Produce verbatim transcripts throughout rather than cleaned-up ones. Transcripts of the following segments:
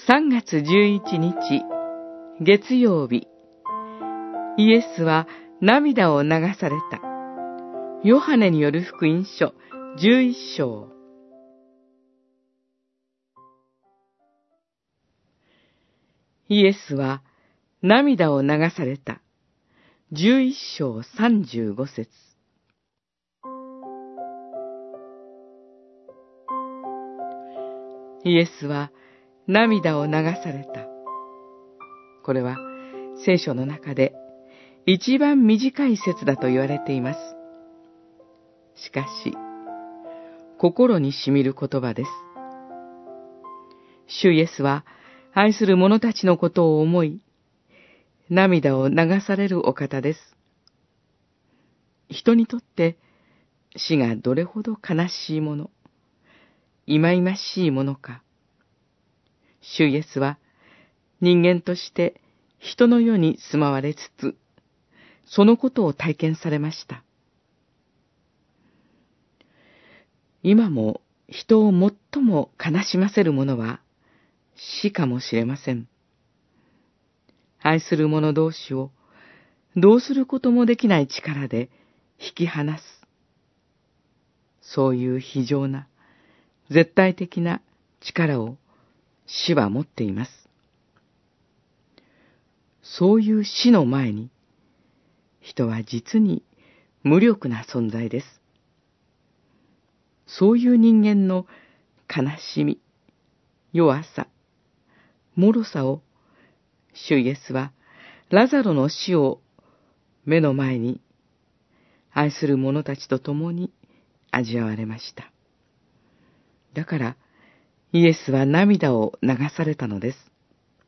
さんがつじゅういちにち、月曜日、イエスは涙を流された。ヨハネによる福音書じゅういっしょう。イエスは涙を流された。じゅういっしょうさんじゅうごせつ。イエスは涙を流された。これは聖書の中で一番短い説だと言われています。しかし、心にしみる言葉です。主イエスは愛する者たちのことを思い、涙を流されるお方です。人にとって死がどれほど悲しいもの、忌々しいものか。主イエスは人間として人の世に住まわれつつ、そのことを体験されました。今も人を最も悲しませるものは死かもしれません。愛する者同士をどうすることもできない力で引き離す。そういう非常な、絶対的な力を死は持っています。そういう死の前に、人は実に無力な存在です。そういう人間の悲しみ、弱さ、脆さを、主イエスはラザロの死を目の前に愛する者たちと共に味わわれました。だからイエスは涙を流されたのです。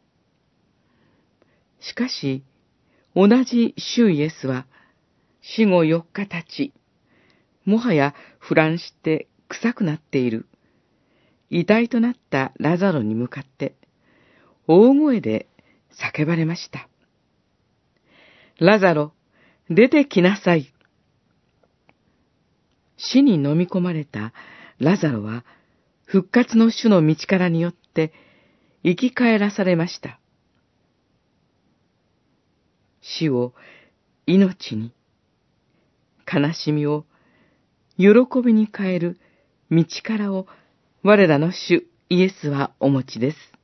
しかし、同じ主イエスは死後よっか経ち、もはや腐乱して臭くなっている遺体となったラザロに向かって大声で叫ばれました。ラザロ、出てきなさい。死に飲み込まれたラザロは復活の主の道からによって生き返らされました。死を命に、悲しみを喜びに変える道からを我らの主イエスはお持ちです。